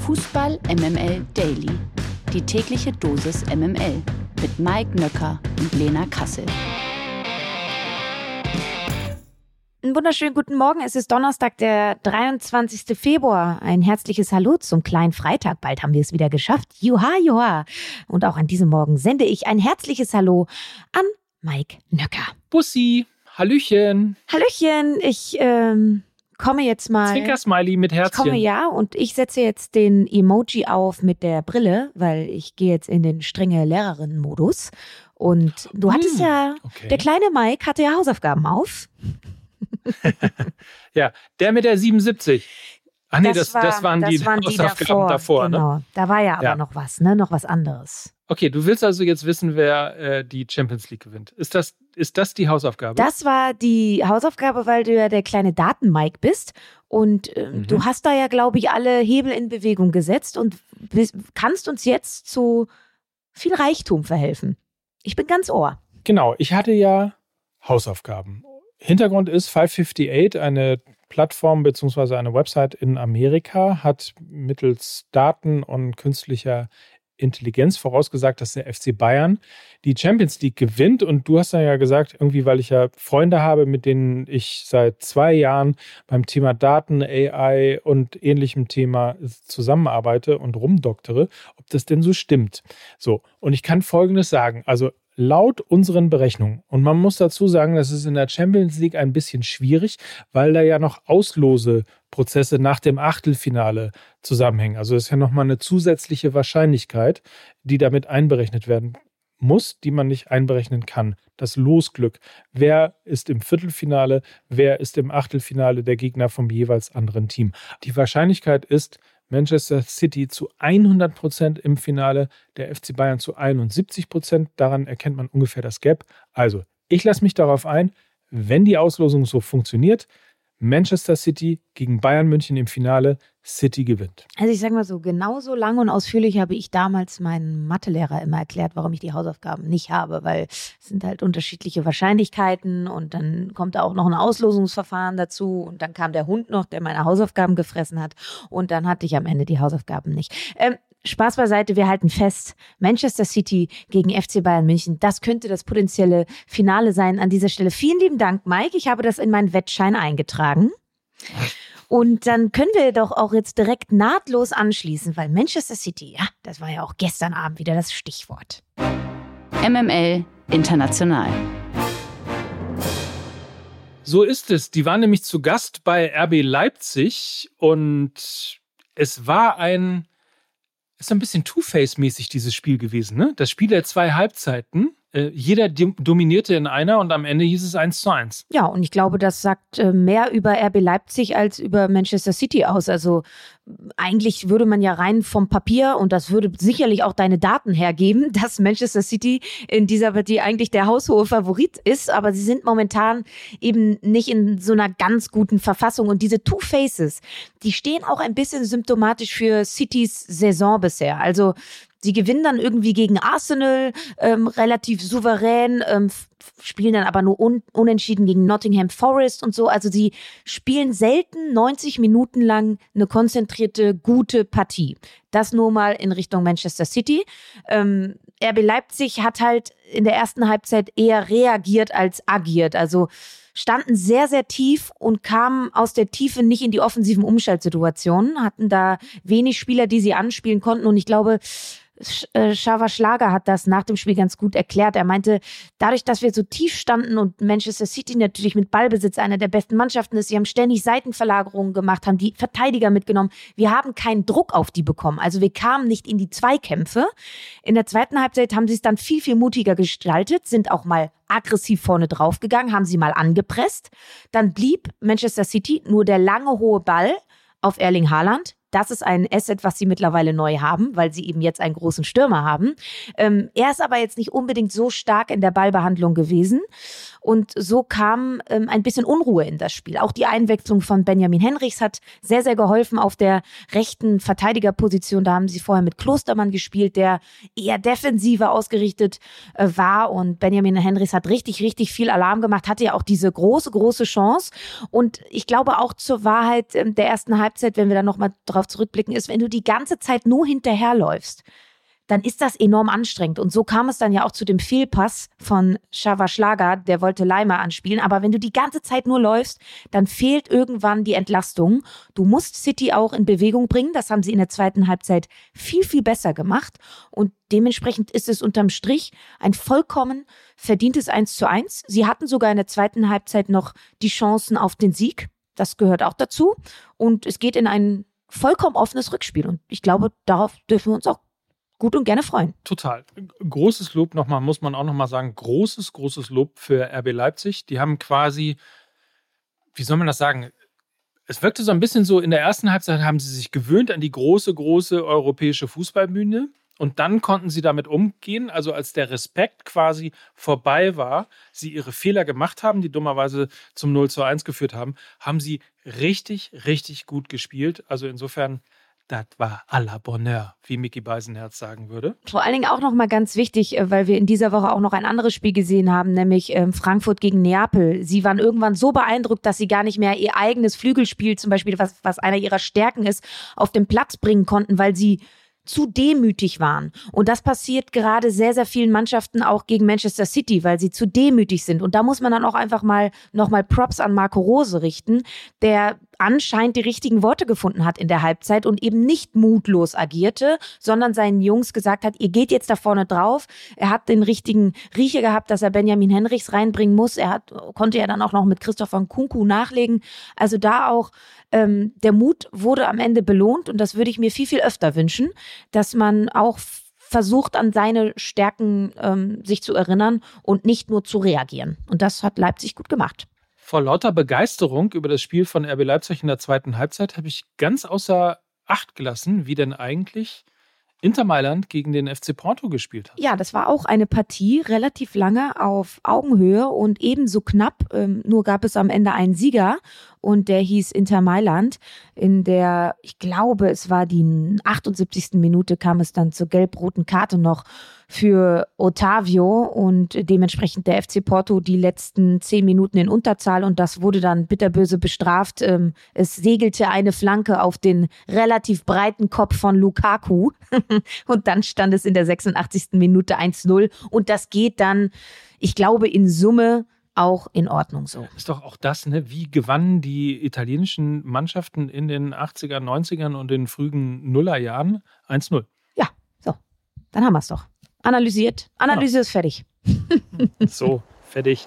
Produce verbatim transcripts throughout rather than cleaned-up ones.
Fußball M M L Daily. Die tägliche Dosis M M L mit Mike Nöcker und Lena Kassel. Einen wunderschönen guten Morgen. Es ist Donnerstag, der dreiundzwanzigster Februar. Ein herzliches Hallo zum kleinen Freitag. Bald haben wir es wieder geschafft. Juha, juha. Und auch an diesem Morgen sende ich ein herzliches Hallo an Mike Nöcker. Bussi, Hallöchen. Hallöchen, ich ähm, komme jetzt mal. Zwinker-Smiley mit Herzchen. Ich komme ja und ich setze jetzt den Emoji auf mit der Brille, weil ich gehe jetzt in den strenge Lehrerinnen-Modus. Und du hattest hm, ja, okay. Der kleine Mike hatte ja Hausaufgaben auf. Ja, der mit der siebenundsiebzig. Ach nee, das, das, war, das waren das die waren Hausaufgaben die davor. davor. Genau, ne? Da war ja aber ja. noch was, ne? Noch was anderes. Okay, du willst also jetzt wissen, wer äh, die Champions League gewinnt. Ist das, ist das die Hausaufgabe? Das war die Hausaufgabe, weil du ja der kleine Daten-Mike bist. Und äh, mhm. du hast da ja, glaube ich, alle Hebel in Bewegung gesetzt und bist, kannst uns jetzt zu viel Reichtum verhelfen. Ich bin ganz Ohr. Genau, ich hatte ja Hausaufgaben. Hintergrund ist five fifty-eight, eine Plattform bzw. eine Website in Amerika, hat mittels Daten und künstlicher Intelligenz vorausgesagt, dass der F C Bayern die Champions League gewinnt. Und du hast dann ja gesagt, irgendwie, weil ich ja Freunde habe, mit denen ich seit zwei Jahren beim Thema Daten, A I und ähnlichem Thema zusammenarbeite und rumdoktere, ob das denn so stimmt. So, und ich kann Folgendes sagen, also laut unseren Berechnungen, und man muss dazu sagen, das ist in der Champions League ein bisschen schwierig, weil da ja noch Ausloseprozesse nach dem Achtelfinale zusammenhängen. Also das ist ja nochmal eine zusätzliche Wahrscheinlichkeit, die damit einberechnet werden muss, die man nicht einberechnen kann. Das Losglück. Wer ist im Viertelfinale, wer ist im Achtelfinale der Gegner vom jeweils anderen Team. Die Wahrscheinlichkeit ist Manchester City zu hundert Prozent im Finale, der F C Bayern zu einundsiebzig Prozent. Daran erkennt man ungefähr das Gap. Also, ich lasse mich darauf ein, wenn die Auslosung so funktioniert, Manchester City gegen Bayern München im Finale, City gewinnt. Also ich sage mal so, genauso lang und ausführlich habe ich damals meinen Mathelehrer immer erklärt, warum ich die Hausaufgaben nicht habe, weil es sind halt unterschiedliche Wahrscheinlichkeiten und dann kommt da auch noch ein Auslosungsverfahren dazu und dann kam der Hund noch, der meine Hausaufgaben gefressen hat und dann hatte ich am Ende die Hausaufgaben nicht. Ähm, Spaß beiseite, wir halten fest, Manchester City gegen F C Bayern München, das könnte das potenzielle Finale sein an dieser Stelle. Vielen lieben Dank, Mike, ich habe das in meinen Wettschein eingetragen. Und dann können wir doch auch jetzt direkt nahtlos anschließen, weil Manchester City, ja, das war ja auch gestern Abend wieder das Stichwort. M M L International. So ist es. Die waren nämlich zu Gast bei R B Leipzig und es war ein, ist so ein bisschen Two-Face-mäßig dieses Spiel gewesen, ne? Das Spiel der zwei Halbzeiten. Äh, jeder dominierte in einer und am Ende hieß es eins zu eins. Ja, und ich glaube, das sagt äh, mehr über R B Leipzig als über Manchester City aus. Also eigentlich würde man ja rein vom Papier, und das würde sicherlich auch deine Daten hergeben, dass Manchester City in dieser Partie eigentlich der haushohe Favorit ist, aber sie sind momentan eben nicht in so einer ganz guten Verfassung. Und diese Two Faces, die stehen auch ein bisschen symptomatisch für Citys Saison bisher. Also sie gewinnen dann irgendwie gegen Arsenal ähm, relativ souverän, ähm, f- spielen dann aber nur un- unentschieden gegen Nottingham Forest und so. Also sie spielen selten neunzig Minuten lang eine konzentrierte, gute Partie. Das nur mal in Richtung Manchester City. Ähm, R B Leipzig hat halt in der ersten Halbzeit eher reagiert als agiert. Also standen sehr, sehr tief und kamen aus der Tiefe nicht in die offensiven Umschaltsituationen, hatten da wenig Spieler, die sie anspielen konnten. Und ich glaube, Xaver Schlager hat das nach dem Spiel ganz gut erklärt. Er meinte, dadurch, dass wir so tief standen und Manchester City natürlich mit Ballbesitz einer der besten Mannschaften ist, sie haben ständig Seitenverlagerungen gemacht, haben die Verteidiger mitgenommen. Wir haben keinen Druck auf die bekommen. Also wir kamen nicht in die Zweikämpfe. In der zweiten Halbzeit haben sie es dann viel, viel mutiger gestaltet, sind auch mal aggressiv vorne draufgegangen, haben sie mal angepresst. Dann blieb Manchester City nur der lange, hohe Ball auf Erling Haaland. Das ist ein Asset, was sie mittlerweile neu haben, weil sie eben jetzt einen großen Stürmer haben. Ähm, er ist aber jetzt nicht unbedingt so stark in der Ballbehandlung gewesen. Und so kam ähm, ein bisschen Unruhe in das Spiel. Auch die Einwechslung von Benjamin Henrichs hat sehr, sehr geholfen auf der rechten Verteidigerposition. Da haben sie vorher mit Klostermann gespielt, der eher defensiver ausgerichtet äh, war. Und Benjamin Henrichs hat richtig, richtig viel Alarm gemacht, hatte ja auch diese große, große Chance. Und ich glaube auch zur Wahrheit äh, der ersten Halbzeit, wenn wir da nochmal drauf zurückblicken, ist, wenn du die ganze Zeit nur hinterherläufst, dann ist das enorm anstrengend. Und so kam es dann ja auch zu dem Fehlpass von Schawa-Schlager, der wollte Leimer anspielen. Aber wenn du die ganze Zeit nur läufst, dann fehlt irgendwann die Entlastung. Du musst City auch in Bewegung bringen. Das haben sie in der zweiten Halbzeit viel, viel besser gemacht. Und dementsprechend ist es unterm Strich ein vollkommen verdientes eins zu eins. Sie hatten sogar in der zweiten Halbzeit noch die Chancen auf den Sieg. Das gehört auch dazu. Und es geht in ein vollkommen offenes Rückspiel. Und ich glaube, darauf dürfen wir uns auch gut und gerne freuen. Total. Großes Lob nochmal, muss man auch nochmal sagen, großes, großes Lob für R B Leipzig. Die haben quasi, wie soll man das sagen, es wirkte so ein bisschen so, in der ersten Halbzeit haben sie sich gewöhnt an die große, große europäische Fußballbühne und dann konnten sie damit umgehen, also als der Respekt quasi vorbei war, sie ihre Fehler gemacht haben, die dummerweise zum null zu eins geführt haben, haben sie richtig, richtig gut gespielt. Also insofern, das war à la Bonheur, wie Micky Beisenherz sagen würde. Vor allen Dingen auch noch mal ganz wichtig, weil wir in dieser Woche auch noch ein anderes Spiel gesehen haben, nämlich Frankfurt gegen Neapel. Sie waren irgendwann so beeindruckt, dass sie gar nicht mehr ihr eigenes Flügelspiel, zum Beispiel, was, was einer ihrer Stärken ist, auf den Platz bringen konnten, weil sie zu demütig waren. Und das passiert gerade sehr, sehr vielen Mannschaften auch gegen Manchester City, weil sie zu demütig sind. Und da muss man dann auch einfach mal nochmal Props an Marco Rose richten, der anscheinend die richtigen Worte gefunden hat in der Halbzeit und eben nicht mutlos agierte, sondern seinen Jungs gesagt hat, ihr geht jetzt da vorne drauf. Er hat den richtigen Riecher gehabt, dass er Benjamin Henrichs reinbringen muss. Er hat, konnte ja dann auch noch mit Christopher Nkunku nachlegen. Also da auch ähm, der Mut wurde am Ende belohnt und das würde ich mir viel, viel öfter wünschen, dass man auch versucht, an seine Stärken ähm, sich zu erinnern und nicht nur zu reagieren. Und das hat Leipzig gut gemacht. Vor lauter Begeisterung über das Spiel von R B Leipzig in der zweiten Halbzeit habe ich ganz außer Acht gelassen, wie denn eigentlich Inter Mailand gegen den F C Porto gespielt hat. Ja, das war auch eine Partie relativ lange auf Augenhöhe und ebenso knapp. Ähm, nur gab es am Ende einen Sieger und der hieß Inter Mailand. In der, ich glaube, es war die achtundsiebzigsten Minute, kam es dann zur gelb-roten Karte noch für Otavio und dementsprechend der F C Porto die letzten zehn Minuten in Unterzahl und das wurde dann bitterböse bestraft. Es segelte eine Flanke auf den relativ breiten Kopf von Lukaku und dann stand es in der sechsundachtzigsten Minute eins null und das geht dann, ich glaube, in Summe auch in Ordnung so. Ist doch auch das, ne? Wie gewannen die italienischen Mannschaften in den achtziger, neunzigern und den frühen Nullerjahren eins null? Ja, so, dann haben wir es doch. Analysiert. Analyse ja. Ist fertig. So, fertig.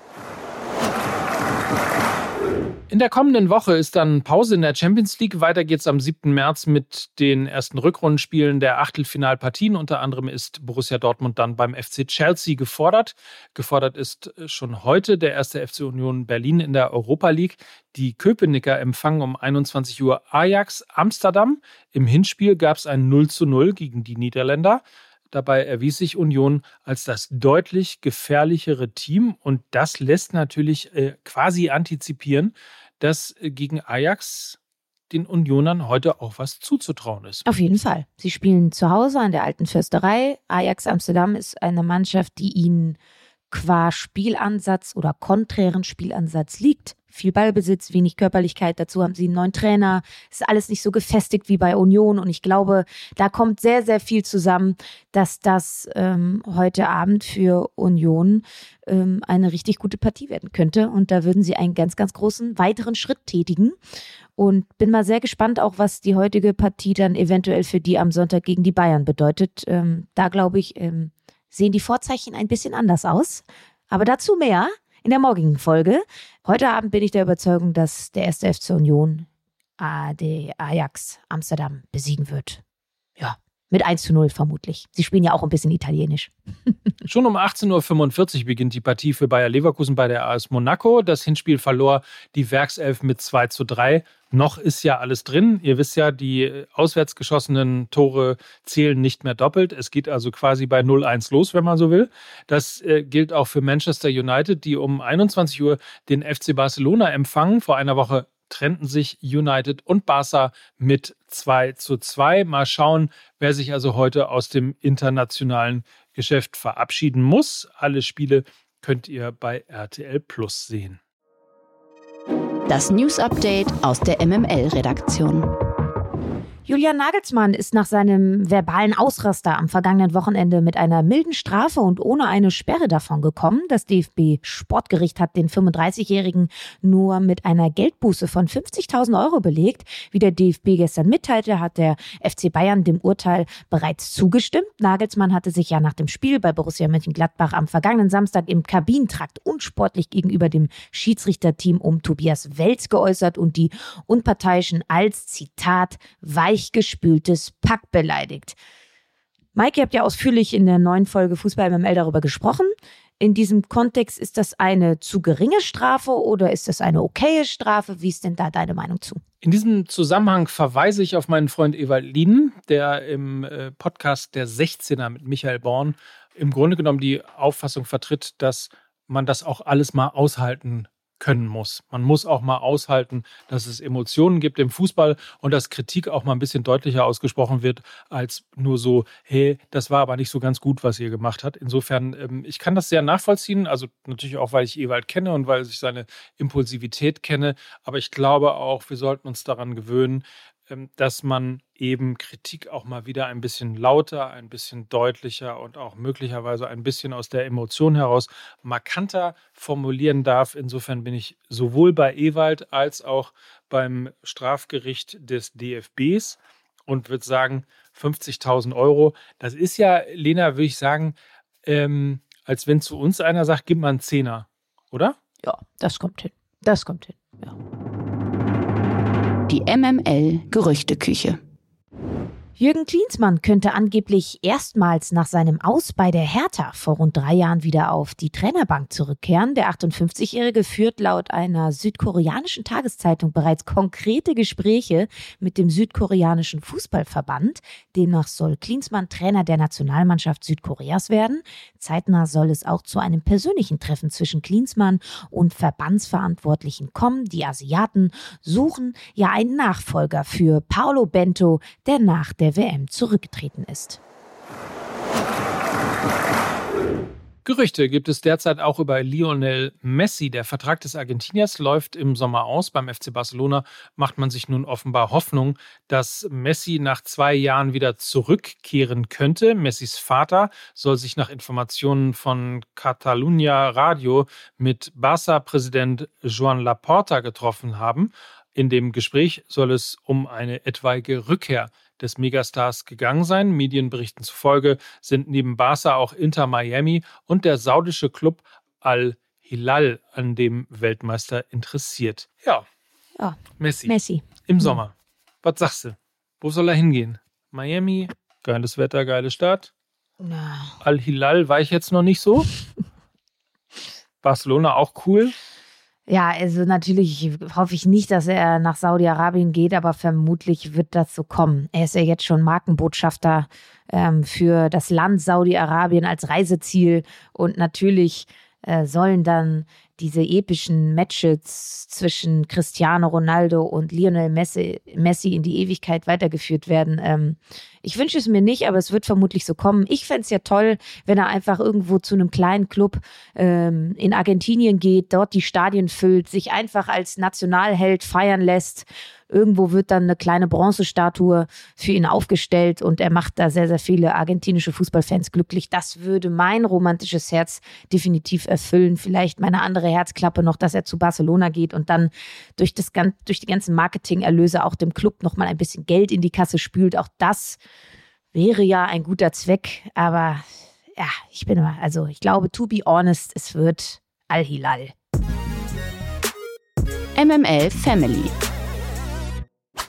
In der kommenden Woche ist dann Pause in der Champions League. Weiter geht's am siebten März mit den ersten Rückrundenspielen der Achtelfinalpartien. Unter anderem ist Borussia Dortmund dann beim F C Chelsea gefordert. Gefordert ist schon heute der erste F C Union Berlin in der Europa League. Die Köpenicker empfangen um einundzwanzig Uhr Ajax Amsterdam. Im Hinspiel gab es ein null zu null gegen die Niederländer. Dabei erwies sich Union als das deutlich gefährlichere Team und das lässt natürlich äh, quasi antizipieren, dass äh, gegen Ajax den Unionern heute auch was zuzutrauen ist. Auf jeden Fall. Sie spielen zu Hause an der Alten Försterei. Ajax Amsterdam ist eine Mannschaft, die ihnen qua Spielansatz oder konträren Spielansatz liegt. Viel Ballbesitz, wenig Körperlichkeit, dazu haben sie einen neuen Trainer. Ist alles nicht so gefestigt wie bei Union und ich glaube, da kommt sehr, sehr viel zusammen, dass das ähm, heute Abend für Union ähm, eine richtig gute Partie werden könnte und da würden sie einen ganz, ganz großen weiteren Schritt tätigen und bin mal sehr gespannt auch, was die heutige Partie dann eventuell für die am Sonntag gegen die Bayern bedeutet. Ähm, da glaube ich, ähm, sehen die Vorzeichen ein bisschen anders aus, aber dazu mehr in der morgigen Folge. Heute Abend bin ich der Überzeugung, dass der erste F C Union äh, die Ajax Amsterdam besiegen wird. Ja, Mit eins zu null vermutlich. Sie spielen ja auch ein bisschen Italienisch. Schon um achtzehn Uhr fünfundvierzig beginnt die Partie für Bayer Leverkusen bei der A S Monaco. Das Hinspiel verlor die Werkself mit zwei zu drei. Noch ist ja alles drin. Ihr wisst ja, die auswärts geschossenen Tore zählen nicht mehr doppelt. Es geht also quasi bei null eins los, wenn man so will. Das äh, gilt auch für Manchester United, die um einundzwanzig Uhr den F C Barcelona empfangen. Vor einer Woche trennten sich United und Barca mit zwei zu zwei. Mal schauen, wer sich also heute aus dem internationalen Geschäft verabschieden muss. Alle Spiele könnt ihr bei R T L Plus sehen. Das News-Update aus der M M L-Redaktion. Julian Nagelsmann ist nach seinem verbalen Ausraster am vergangenen Wochenende mit einer milden Strafe und ohne eine Sperre davongekommen. Das D F B-Sportgericht hat den fünfunddreißigjährigen nur mit einer Geldbuße von fünfzigtausend Euro belegt. Wie der D F B gestern mitteilte, hat der F C Bayern dem Urteil bereits zugestimmt. Nagelsmann hatte sich ja nach dem Spiel bei Borussia Mönchengladbach am vergangenen Samstag im Kabinentrakt unsportlich gegenüber dem Schiedsrichterteam um Tobias Welz geäußert und die Unparteiischen als, Zitat, weichgespültes Pack beleidigt. Mike, ihr habt ja ausführlich in der neuen Folge Fußball M M L darüber gesprochen. In diesem Kontext, ist das eine zu geringe Strafe oder ist das eine okaye Strafe? Wie ist denn da deine Meinung zu? In diesem Zusammenhang verweise ich auf meinen Freund Ewald Lienen, der im Podcast der sechzehner mit Michael Born im Grunde genommen die Auffassung vertritt, dass man das auch alles mal aushalten können muss. Man muss auch mal aushalten, dass es Emotionen gibt im Fußball und dass Kritik auch mal ein bisschen deutlicher ausgesprochen wird, als nur so, hey, das war aber nicht so ganz gut, was ihr gemacht habt. Insofern, ähm, ich kann das sehr nachvollziehen, also natürlich auch, weil ich Ewald kenne und weil ich seine Impulsivität kenne, aber ich glaube auch, wir sollten uns daran gewöhnen, ähm, dass man eben Kritik auch mal wieder ein bisschen lauter, ein bisschen deutlicher und auch möglicherweise ein bisschen aus der Emotion heraus markanter formulieren darf. Insofern bin ich sowohl bei Ewald als auch beim Strafgericht des D F Bs und würde sagen, fünfzigtausend Euro, das ist ja, Lena, würde ich sagen, ähm, als wenn zu uns einer sagt, gib mal einen Zehner, oder? Ja, das kommt hin. Das kommt hin, ja. Die M M L-Gerüchteküche. Jürgen Klinsmann könnte angeblich erstmals nach seinem Aus bei der Hertha vor rund drei Jahren wieder auf die Trainerbank zurückkehren. Der achtundfünfzigjährige führt laut einer südkoreanischen Tageszeitung bereits konkrete Gespräche mit dem südkoreanischen Fußballverband. Demnach soll Klinsmann Trainer der Nationalmannschaft Südkoreas werden. Zeitnah soll es auch zu einem persönlichen Treffen zwischen Klinsmann und Verbandsverantwortlichen kommen. Die Asiaten suchen ja einen Nachfolger für Paulo Bento, der nach der W M zurückgetreten ist. Gerüchte gibt es derzeit auch über Lionel Messi. Der Vertrag des Argentiniers läuft im Sommer aus. Beim F C Barcelona macht man sich nun offenbar Hoffnung, dass Messi nach zwei Jahren wieder zurückkehren könnte. Messis Vater soll sich nach Informationen von Catalunya Radio mit Barça-Präsident Joan Laporta getroffen haben. In dem Gespräch soll es um eine etwaige Rückkehr des Megastars gegangen sein. Medienberichten zufolge sind neben Barca auch Inter Miami und der saudische Club Al-Hilal an dem Weltmeister interessiert. Ja, ja. Messi. Messi. Im Sommer. Mhm. Was sagst du? Wo soll er hingehen? Miami, geiles Wetter, geile Stadt. Ja. Al-Hilal war ich jetzt noch nicht so. Barcelona auch cool. Ja, also natürlich hoffe ich nicht, dass er nach Saudi-Arabien geht, aber vermutlich wird das so kommen. Er ist ja jetzt schon Markenbotschafter ähm, für das Land Saudi-Arabien als Reiseziel und natürlich äh, sollen dann diese epischen Matches zwischen Cristiano Ronaldo und Lionel Messi, Messi in die Ewigkeit weitergeführt werden. Ähm, ich wünsche es mir nicht, aber es wird vermutlich so kommen. Ich fände es ja toll, wenn er einfach irgendwo zu einem kleinen Club ähm, in Argentinien geht, dort die Stadien füllt, sich einfach als Nationalheld feiern lässt. Irgendwo wird dann eine kleine Bronzestatue für ihn aufgestellt und er macht da sehr, sehr viele argentinische Fußballfans glücklich. Das würde mein romantisches Herz definitiv erfüllen. Vielleicht meine andere Herzklappe noch, dass er zu Barcelona geht und dann durch, das, durch die ganzen Marketingerlöse auch dem Club nochmal ein bisschen Geld in die Kasse spült. Auch das wäre ja ein guter Zweck. Aber ja, ich bin immer, also ich glaube, to be honest, es wird Al-Hilal. M M L Family.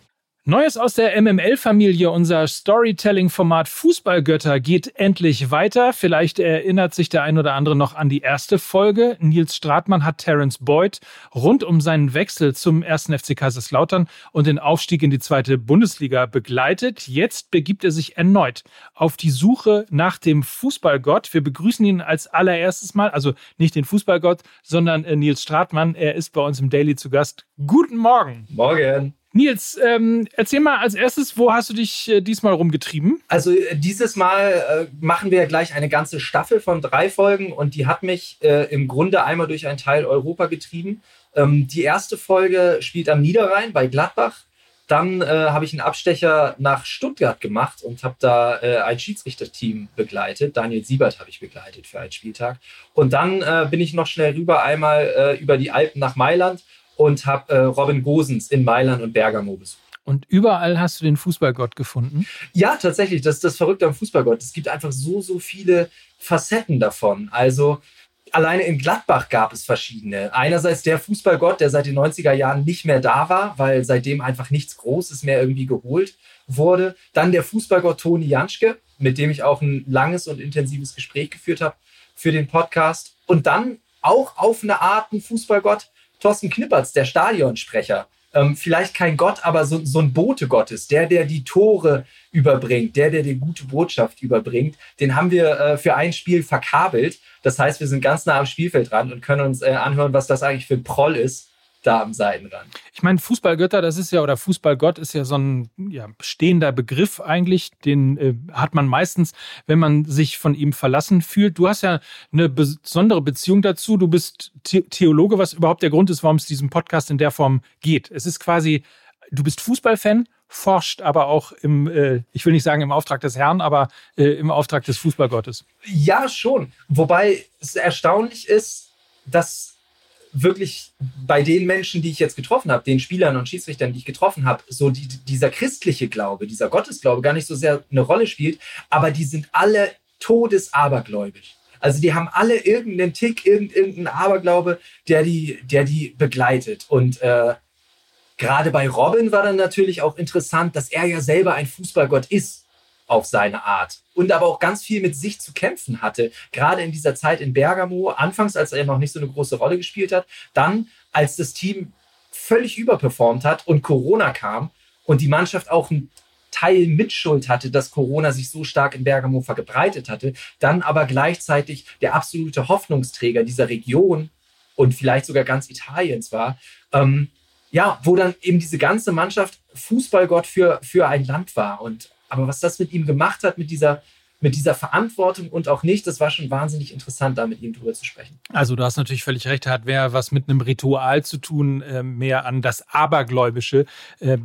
Neues aus der M M L-Familie, unser Storytelling-Format Fußballgötter geht endlich weiter. Vielleicht erinnert sich der ein oder andere noch an die erste Folge. Nils Stratmann hat Terence Boyd rund um seinen Wechsel zum ersten F C Kaiserslautern und den Aufstieg in die zweite Bundesliga begleitet. Jetzt begibt er sich erneut auf die Suche nach dem Fußballgott. Wir begrüßen ihn als allererstes Mal, also nicht den Fußballgott, sondern Nils Stratmann. Er ist bei uns im Daily zu Gast. Guten Morgen. Morgen. Nils, ähm, erzähl mal als erstes, wo hast du dich äh, diesmal rumgetrieben? Also äh, dieses Mal äh, machen wir gleich eine ganze Staffel von drei Folgen und die hat mich äh, im Grunde einmal durch einen Teil Europa getrieben. Ähm, die erste Folge spielt am Niederrhein bei Gladbach. Dann äh, habe ich einen Abstecher nach Stuttgart gemacht und habe da äh, ein Schiedsrichterteam begleitet. Daniel Siebert habe ich begleitet für einen Spieltag. Und dann äh, bin ich noch schnell rüber, einmal äh, über die Alpen nach Mailand und habe äh, Robin Gosens in Mailand und Bergamo besucht. Und überall hast du den Fußballgott gefunden? Ja, tatsächlich. Das ist das Verrückte am Fußballgott. Es gibt einfach so, so viele Facetten davon. Also alleine in Gladbach gab es verschiedene. Einerseits der Fußballgott, der seit den neunziger Jahren nicht mehr da war, weil seitdem einfach nichts Großes mehr irgendwie geholt wurde. Dann der Fußballgott Toni Janschke, mit dem ich auch ein langes und intensives Gespräch geführt habe für den Podcast. Und dann auch auf eine Art ein Fußballgott, Thorsten Knippertz, der Stadionsprecher. Ähm, vielleicht kein Gott, aber so, so ein Bote Gottes, der, der die Tore überbringt, der, der die gute Botschaft überbringt, den haben wir äh, für ein Spiel verkabelt. Das heißt, wir sind ganz nah am Spielfeldrand und können uns äh, anhören, was das eigentlich für ein Proll ist, da am Seitenrand. Ich meine, Fußballgötter, das ist ja, oder Fußballgott ist ja so ein ja, stehender Begriff eigentlich. Den äh, hat man meistens, wenn man sich von ihm verlassen fühlt. Du hast ja eine besondere Beziehung dazu. Du bist The- Theologe, was überhaupt der Grund ist, warum es diesem Podcast in der Form geht. Es ist quasi, du bist Fußballfan, forscht aber auch im, äh, ich will nicht sagen im Auftrag des Herrn, aber äh, im Auftrag des Fußballgottes. Ja, schon. Wobei es erstaunlich ist, dass wirklich bei den Menschen, die ich jetzt getroffen habe, den Spielern und Schiedsrichtern, die ich getroffen habe, so die, dieser christliche Glaube, dieser Gottesglaube gar nicht so sehr eine Rolle spielt, aber die sind alle todesabergläubig. Also die haben alle irgendeinen Tick, irgendeinen Aberglaube, der die, der die begleitet. Und äh, gerade bei Robin war dann natürlich auch interessant, dass er ja selber ein Fußballgott ist auf seine Art und aber auch ganz viel mit sich zu kämpfen hatte, gerade in dieser Zeit in Bergamo, anfangs, als er noch nicht so eine große Rolle gespielt hat, dann, als das Team völlig überperformt hat und Corona kam und die Mannschaft auch einen Teil Mitschuld hatte, dass Corona sich so stark in Bergamo verbreitet hatte, dann aber gleichzeitig der absolute Hoffnungsträger dieser Region und vielleicht sogar ganz Italiens war, ähm, ja, wo dann eben diese ganze Mannschaft Fußballgott für, für ein Land war. Und aber was das mit ihm gemacht hat, mit dieser, mit dieser Verantwortung und auch nicht, das war schon wahnsinnig interessant, da mit ihm drüber zu sprechen. Also du hast natürlich völlig recht, hat mehr was mit einem Ritual zu tun, äh, mehr an das Abergläubische äh,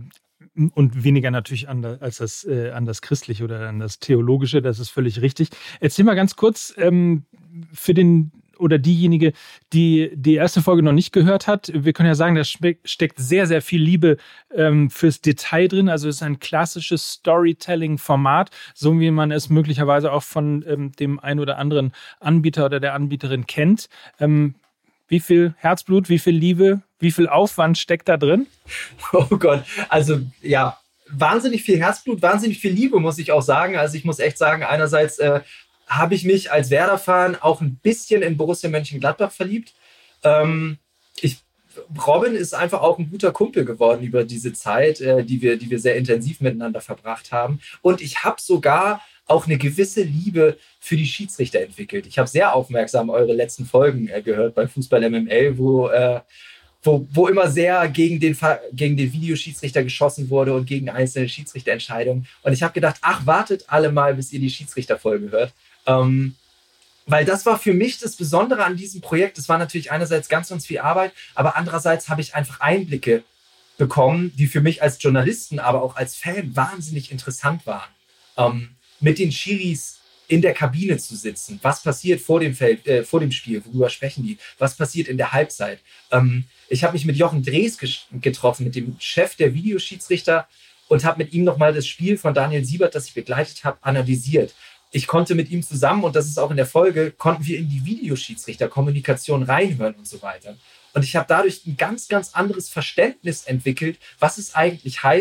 und weniger natürlich an das, als das, äh, an das Christliche oder an das Theologische, das ist völlig richtig. Erzähl mal ganz kurz ähm, für den oder diejenige, die die erste Folge noch nicht gehört hat. Wir können ja sagen, da steckt sehr, sehr viel Liebe ähm, fürs Detail drin. Also es ist ein klassisches Storytelling-Format, so wie man es möglicherweise auch von ähm, dem einen oder anderen Anbieter oder der Anbieterin kennt. Ähm, wie viel Herzblut, wie viel Liebe, wie viel Aufwand steckt da drin? Oh Gott, also ja, wahnsinnig viel Herzblut, wahnsinnig viel Liebe, muss ich auch sagen. Also ich muss echt sagen, einerseits äh, habe ich mich als Werder-Fan auch ein bisschen in Borussia Mönchengladbach verliebt. Ähm, ich, Robin ist einfach auch ein guter Kumpel geworden über diese Zeit, äh, die wir, die wir sehr intensiv miteinander verbracht haben. Und ich habe sogar auch eine gewisse Liebe für die Schiedsrichter entwickelt. Ich habe sehr aufmerksam eure letzten Folgen äh, gehört bei Fußball M M L, wo, äh, wo, wo immer sehr gegen den, gegen den Videoschiedsrichter geschossen wurde und gegen einzelne Schiedsrichterentscheidungen. Und ich habe gedacht, ach, wartet alle mal, bis ihr die Schiedsrichterfolge hört. Ähm, weil das war für mich das Besondere an diesem Projekt. Es war natürlich einerseits ganz, ganz viel Arbeit, aber andererseits habe ich einfach Einblicke bekommen, die für mich als Journalisten, aber auch als Fan wahnsinnig interessant waren. Ähm, mit den Schiris in der Kabine zu sitzen. Was passiert vor dem, Feld, äh, vor dem Spiel? Worüber sprechen die? Was passiert in der Halbzeit? Ähm, ich habe mich mit Jochen Drees getroffen, mit dem Chef der Videoschiedsrichter, und habe mit ihm nochmal das Spiel von Daniel Siebert, das ich begleitet habe, analysiert. Ich konnte mit ihm zusammen, und das ist auch in der Folge, konnten wir in die Videoschiedsrichterkommunikation reinhören und so weiter. Und ich habe dadurch ein ganz, ganz anderes Verständnis entwickelt, was es eigentlich heißt,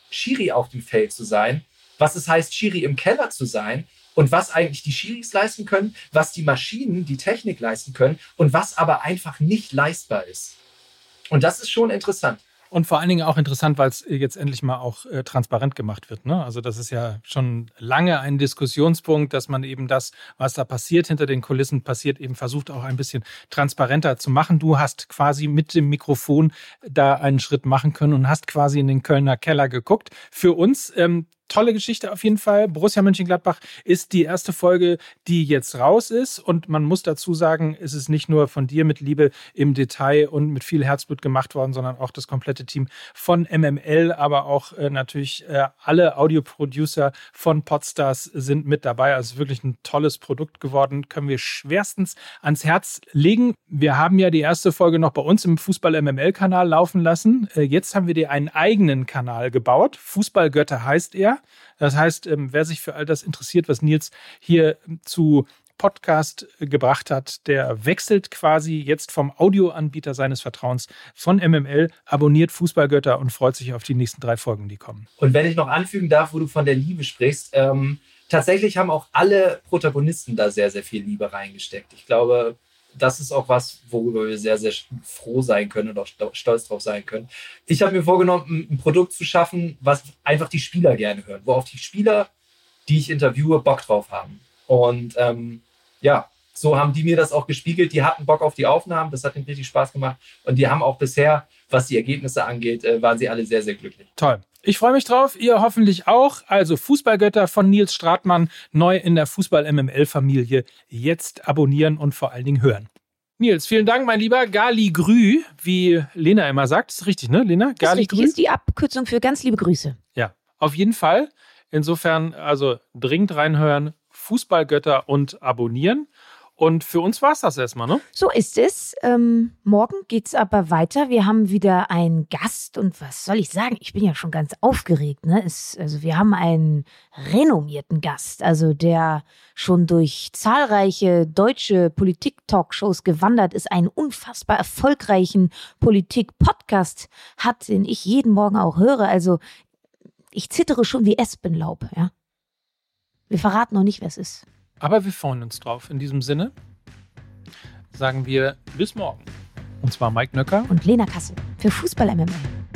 Schiri auf dem Feld zu sein, was es heißt, Schiri im Keller zu sein und was eigentlich die Schiris leisten können, was die Maschinen, die Technik leisten können und was aber einfach nicht leistbar ist. Und das ist schon interessant. Und vor allen Dingen auch interessant, weil es jetzt endlich mal auch äh, transparent gemacht wird. Ne? Also das ist ja schon lange ein Diskussionspunkt, dass man eben das, was da passiert, hinter den Kulissen passiert, eben versucht auch ein bisschen transparenter zu machen. Du hast quasi mit dem Mikrofon da einen Schritt machen können und hast quasi in den Kölner Keller geguckt. Für uns ähm, tolle Geschichte auf jeden Fall. Borussia Mönchengladbach ist die erste Folge, die jetzt raus ist. Und man muss dazu sagen, es ist nicht nur von dir mit Liebe im Detail und mit viel Herzblut gemacht worden, sondern auch das komplette Team von M M L, aber auch äh, natürlich äh, alle Audioproducer von Podstars sind mit dabei. Also wirklich ein tolles Produkt geworden. Können wir schwerstens ans Herz legen. Wir haben ja die erste Folge noch bei uns im Fußball-M M L-Kanal laufen lassen. Äh, jetzt haben wir dir einen eigenen Kanal gebaut. Fußballgötter heißt er. Das heißt, wer sich für all das interessiert, was Nils hier zu Podcast gebracht hat, der wechselt quasi jetzt vom Audioanbieter seines Vertrauens von M M L, abonniert Fußballgötter und freut sich auf die nächsten drei Folgen, die kommen. Und wenn ich noch anfügen darf, wo du von der Liebe sprichst, ähm, tatsächlich haben auch alle Protagonisten da sehr, sehr viel Liebe reingesteckt. Ich glaube, das ist auch was, worüber wir sehr, sehr froh sein können und auch stolz drauf sein können. Ich habe mir vorgenommen, ein Produkt zu schaffen, was einfach die Spieler gerne hören, wo auch die Spieler, die ich interviewe, Bock drauf haben. Und ähm, ja, so haben die mir das auch gespiegelt. Die hatten Bock auf die Aufnahmen, das hat ihnen richtig Spaß gemacht. Und die haben auch bisher, was die Ergebnisse angeht, äh, waren sie alle sehr, sehr glücklich. Toll. Ich freue mich drauf, ihr hoffentlich auch. Also Fußballgötter von Nils Stratmann, neu in der Fußball-M M L-Familie. Jetzt abonnieren und vor allen Dingen hören. Nils, vielen Dank, mein Lieber. Gali Grü, wie Lena immer sagt. Ist richtig, ne, Lena? Das ist richtig, ist die Abkürzung für ganz liebe Grüße. Ja, auf jeden Fall. Insofern, also dringend reinhören, Fußballgötter und abonnieren. Und für uns war es das erstmal, ne? So ist es. Ähm, morgen geht es aber weiter. Wir haben wieder einen Gast. Und was soll ich sagen? Ich bin ja schon ganz aufgeregt. Ne? Es, also wir haben einen renommierten Gast, also der schon durch zahlreiche deutsche Politik-Talkshows gewandert ist, einen unfassbar erfolgreichen Politik-Podcast hat, den ich jeden Morgen auch höre. Also ich zittere schon wie Espenlaub. Ja? Wir verraten noch nicht, wer es ist. Aber wir freuen uns drauf. In diesem Sinne sagen wir bis morgen. Und zwar Mike Nöcker und Lena Kassel für Fußball-M M L.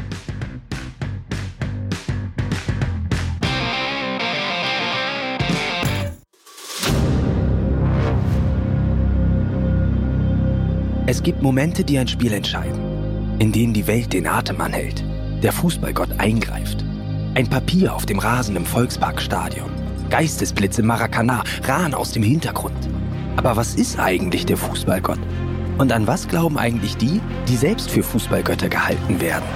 Es gibt Momente, die ein Spiel entscheiden, in denen die Welt den Atem anhält, der Fußballgott eingreift. Ein Papier auf dem Rasen im Volksparkstadion. Geistesblitze im Maracanã, Rahn aus dem Hintergrund. Aber was ist eigentlich der Fußballgott? Und an was glauben eigentlich die, die selbst für Fußballgötter gehalten werden?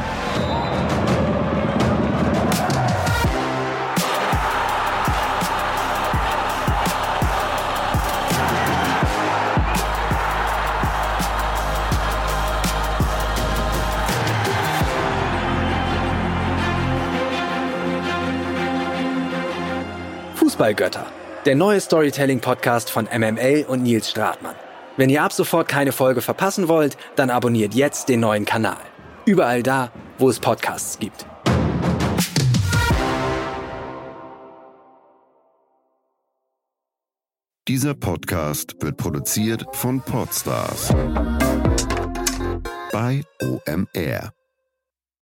Fußballgötter, der neue Storytelling-Podcast von M M L und Nils Stratmann. Wenn ihr ab sofort keine Folge verpassen wollt, dann abonniert jetzt den neuen Kanal. Überall da, wo es Podcasts gibt. Dieser Podcast wird produziert von Podstars bei O M R.